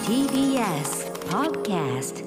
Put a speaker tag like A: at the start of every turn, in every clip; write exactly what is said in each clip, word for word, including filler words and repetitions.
A: ティービーエス Podcast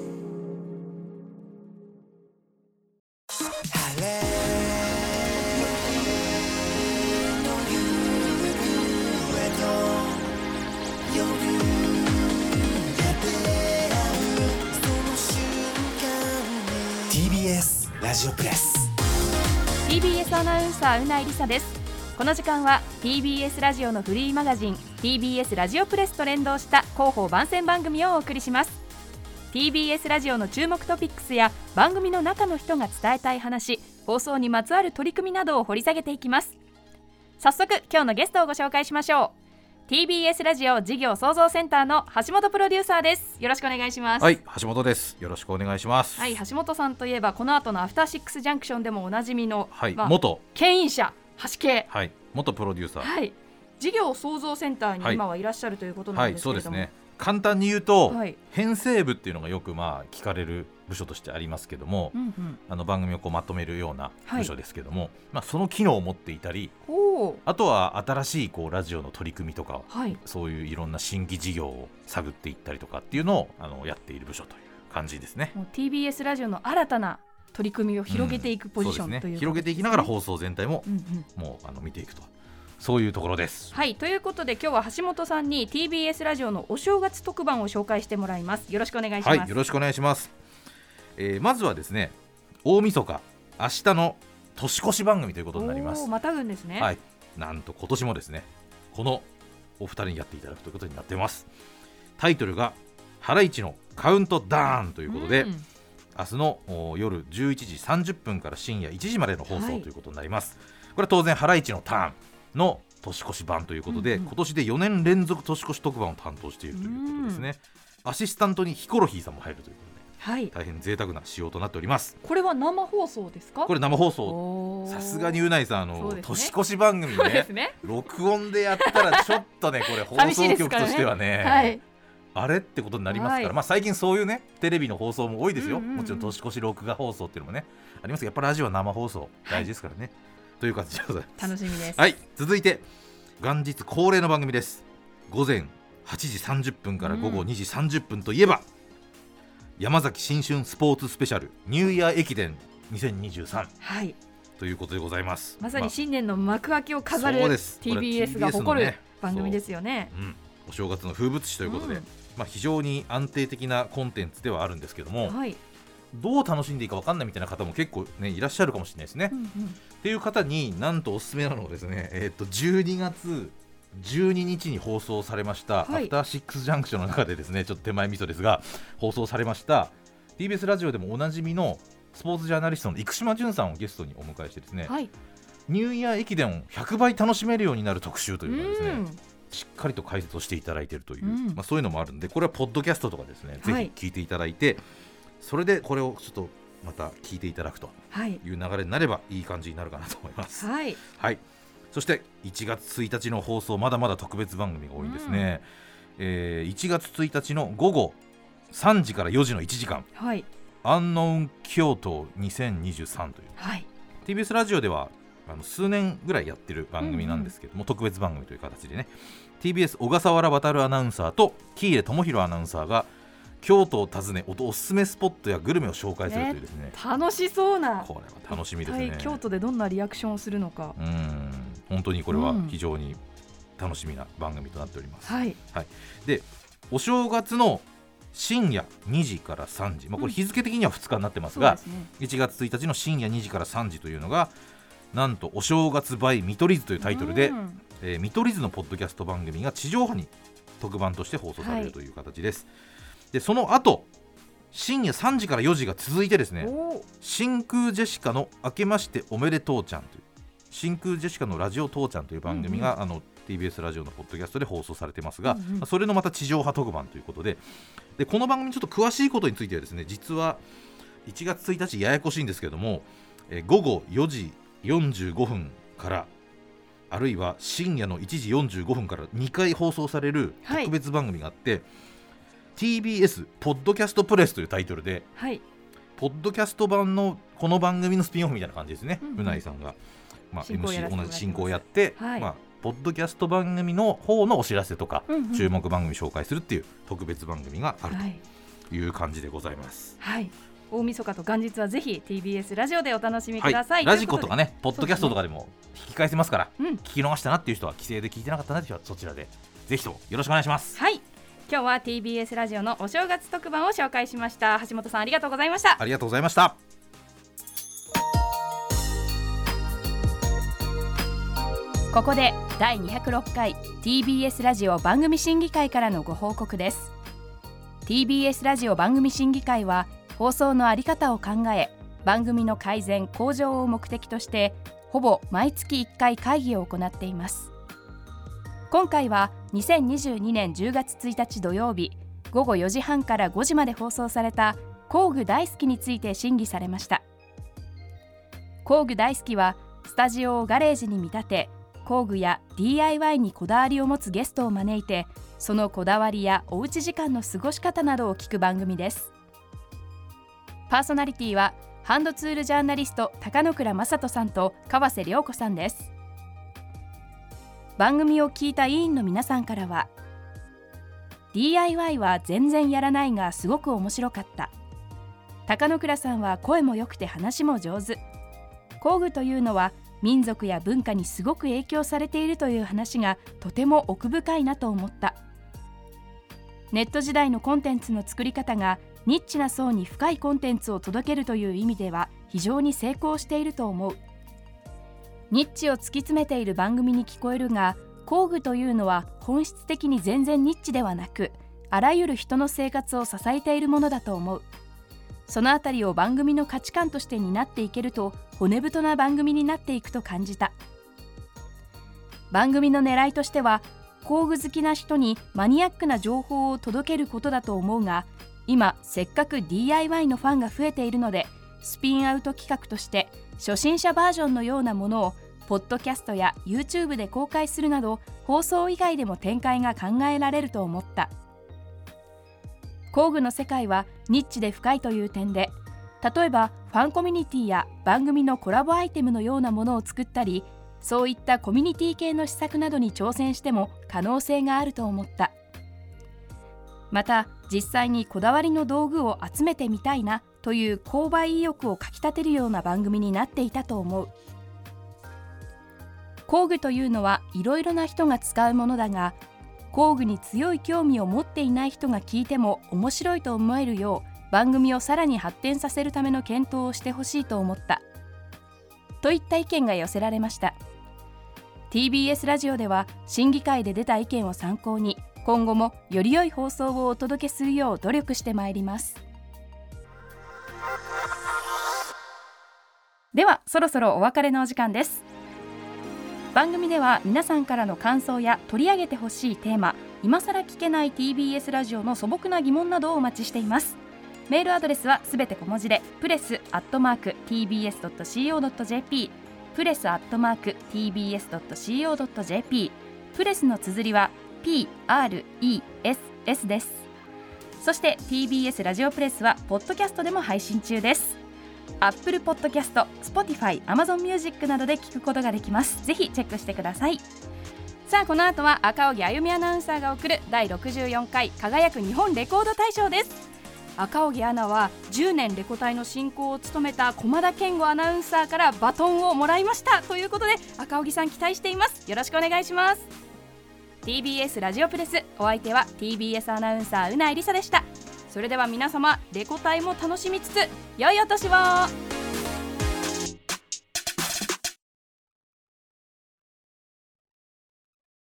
B: ティービーエス ラジオプレス
C: ティービーエス アナウンサーうないりさです。この時間は ティービーエス ラジオのフリーマガジン ティービーエス ラジオプレスと連動した広報番宣番組をお送りします。 ティービーエス ラジオの注目トピックスや番組の中の人が伝えたい話、放送にまつわる取り組みなどを掘り下げていきます。早速今日のゲストをご紹介しましょう。 ティービーエス ラジオ事業創造センターの橋本プロデューサーです。よろしくお願いします。
D: はい、橋本です。よろしくお願いします。
C: はい、橋本さんといえばこの後のアフターシックスジャンクションでもおなじみの、
D: はい
C: まあ、
D: 元
C: 牽引者橋系、
D: はい、元プロデューサー、
C: はい、事業創造センターに今はいらっしゃるということなんですけれども、
D: はいはい、そうですね。簡単に言うと、
C: はい、編
D: 成部っていうのがよくまあ聞かれる部署としてありますけども、うんうん、あの番組をこうまとめるような部署ですけども、はい、まあ、その機能を持っていたり、あとは新しいこうラジオの取り組みとか、はい、そういういろんな新規事業を探っていったりとかっていうのをあのやっている部署という感じですね。
C: もう ティービーエス ラジオの新たな取り組みを広げていくポジション、うん、という、ね、
D: 広げていきながら放送全体も、うんうん、もうあの見ていくと、そういうところです。
C: はい、ということで今日は橋本さんに ティービーエス ラジオのお正月特番を紹介してもらいます。よろしくお願いします。
D: はい、よろしくお願いします。えー、まずはですね、大晦日明日の年越し番組ということになります。
C: またぐんですね。
D: はい、なんと今年もですねこのお二人にやっていただくということになっています。タイトルがハライチのカウントダウンということで、うん、明日の夜じゅういちじさんじゅっぷんから深夜いちじまでの放送ということになります。はい、これは当然ハライチのターンの年越し版ということで、うんうん、今年でよねん連続年越し特番を担当しているということですね。アシスタントにヒコロヒーさんも入るということで、はい、大変贅沢な仕様となっております。
C: これは生放送ですか？
D: これ生放送。さすがにうないさん、あの、ね、年越し番組 ね, ね録音でやったらちょっとねこれ放送局としては ね, ね、はい、あれってことになりますから、はい、まあ、最近そういうねテレビの放送も多いですよ、うんうんうん、もちろん年越し録画放送っていうのもねありますが、やっぱりラジオは生放送大事ですからね、はい、という感じでございます。
C: 楽しみです。
D: はい、続いて元日恒例の番組です。午前はちじさんじゅっぷんから午後にじさんじゅっぷんといえば、うん、山崎新春スポーツスペシャルニューイヤー駅伝にせんにじゅうさん、はい、ということでございます。
C: まさに新年の幕開けを飾る、まあ、ティービーエス が誇る、ね、番組ですよね。
D: うん、お正月の風物詩ということで、うん、まあ、非常に安定的なコンテンツではあるんですけども、はい、どう楽しんでいいか分かんないみたいな方も結構、ね、いらっしゃるかもしれないですね、うんうん、っていう方になんとおすすめなのがですね、えー、とじゅうにがつじゅうににちに放送されました、はい、アフターシックスジャンクションの中でですね、ちょっと手前味噌ですが放送されました ティービーエス ラジオでもおなじみのスポーツジャーナリストの生島淳さんをゲストにお迎えしてですね、はい、ニューイヤー駅伝をひゃくばい楽しめるようになる特集というのをですね、しっかりと解説をしていただいているという、うん、まあ、そういうのもあるんで、これはポッドキャストとかですね、はい、ぜひ聞いていただいて、それでこれをちょっとまた聞いていただくという流れになればいい感じになるかなと思います。はい、はい、そしていちがつついたちの放送、まだまだ特別番組が多いんですね、うん、えー、いちがつついたちの午後さんじからよじのいちじかん、はい、アンノウン京都にせんにじゅうさんという、はい、ティービーエス ラジオではあの数年ぐらいやってる番組なんですけども、うんうん、特別番組という形でね、 ティービーエス 小笠原渉アナウンサーと喜入智弘アナウンサーが京都を訪ねおすすめスポットやグルメを紹介するというですね、
C: 楽しそうな、
D: これは楽しみですね。
C: 京都でどんなリアクションをするのか、
D: うん、本当にこれは非常に楽しみな番組となっております、うん、はいはい、でお正月の深夜にじからさんじ、まあ、これ日付的にはふつかになってますが、うん、ね、いちがつついたちの深夜にじからさんじというのがなんとお正月 by 見取り図というタイトルで、うん、えー、見取り図のポッドキャスト番組が地上波に特番として放送されるという形です、はい、でその後深夜さんじからよじが続いてですね、真空ジェシカの明けましておめでとうちゃんという、真空ジェシカのラジオ父ちゃんという番組が、うんうん、あの ティービーエス ラジオのポッドキャストで放送されてますが、うんうん、それのまた地上波特番ということで、でこの番組ちょっと詳しいことについてはですね、実はいちがつついたちややこしいんですけども、え午後よじよんじゅうごふんからあるいは深夜のいちじよんじゅうごふんからにかい放送される特別番組があって、はい、ティービーエス ポッドキャストプレスというタイトルで、はい、ポッドキャスト版のこの番組のスピンオフみたいな感じですね、うんうん、うないさんが、まあ、エムシー 同じ進行をやって、はい、まあ、 ポッドキャスト番組の方のお知らせとか、
C: うんうん、
D: 注目番組紹介するっていう特別番組があるという感じでございます、
C: はい、大晦日と元日はぜひ ティービーエス ラジオでお楽しみください、
D: はい、ラジコとかねポッドキャストとかでも引き返せますから、
C: うん、
D: 聞き逃したなっていう人は帰省で聞いてなかったなっていう人はそちらでぜひともよろしくお願いします。
C: はい、今日は ティービーエス ラジオのお正月特番を紹介しました。橋本さんありがとうございました。
D: ありがとうございました。
C: ここでだいにひゃくろっかい ティービーエス ラジオ番組審議会からのご報告です。 ティービーエス ラジオ番組審議会は放送のあり方を考え、番組の改善向上を目的としてほぼ毎月いっかい会議を行っています。今回はにせんにじゅうにねんじゅうがつついたち土曜日ごごよじはんからごじまで放送された工具大好きについて審議されました。工具大好きはスタジオをガレージに見立て、工具や ディーアイワイ にこだわりを持つゲストを招いて、そのこだわりやおうち時間の過ごし方などを聞く番組です。パーソナリティはハンドツールジャーナリスト高野倉正人さんと川瀬良子さんです。番組を聞いた委員の皆さんからは、 ディーアイワイ は全然やらないがすごく面白かった、高野倉さんは声も良くて話も上手、工具というのは民族や文化にすごく影響されているという話がとても奥深いなと思った。ネット時代のコンテンツの作り方がニッチな層に深いコンテンツを届けるという意味では非常に成功していると思う。ニッチを突き詰めている番組に聞こえるが、工具というのは本質的に全然ニッチではなく、あらゆる人の生活を支えているものだと思う。そのあたりを番組の価値観として担っていけると骨太な番組になっていくと感じた。番組の狙いとしては工具好きな人にマニアックな情報を届けることだと思うが、今せっかく ディーアイワイ のファンが増えているので、スピンアウト企画として初心者バージョンのようなものをポッドキャストや YouTube で公開するなど、放送以外でも展開が考えられると思った。工具の世界はニッチで深いという点で、例えばファンコミュニティや番組のコラボアイテムのようなものを作ったり、そういったコミュニティ系の施策などに挑戦しても可能性があると思った。また実際にこだわりの道具を集めてみたいなという購買意欲をかきたてるような番組になっていたと思う。工具というのはいろいろな人が使うものだが、工具に強い興味を持っていない人が聞いても面白いと思えるよう、番組をさらに発展させるための検討をしてほしいと思ったといった意見が寄せられました。 ティービーエス ラジオでは審議会で出た意見を参考に、今後もより良い放送をお届けするよう努力してまいります。ではそろそろお別れのお時間です。番組では皆さんからの感想や取り上げてほしいテーマ、今さら聞けない ティービーエス ラジオの素朴な疑問などをお待ちしています。メールアドレスはすべて小文字でプレスアットマーク ティービーエスドットシーオードットジェーピー、 プレスアットマーク ティービーエスドットシーオードットジェーピー、 プレスの綴りは ピーアールイーエスエス です。そして ティービーエス ラジオプレスはポッドキャストでも配信中です。Apple Podcast、Spotify、Amazon Music などで聞くことができます。ぜひチェックしてください。さあこの後は赤荻あゆみアナウンサーが送るだいろくじゅうよんかい輝く日本レコード大賞です。赤荻アナはじゅうねんレコ大の進行を務めた駒田健吾アナウンサーからバトンをもらいましたということで、赤荻さん期待しています。よろしくお願いします。 ティービーエス ラジオプレス、お相手は ティービーエス アナウンサーうないりさでした。それでは皆様レコ大も楽しみつつ良いお年を。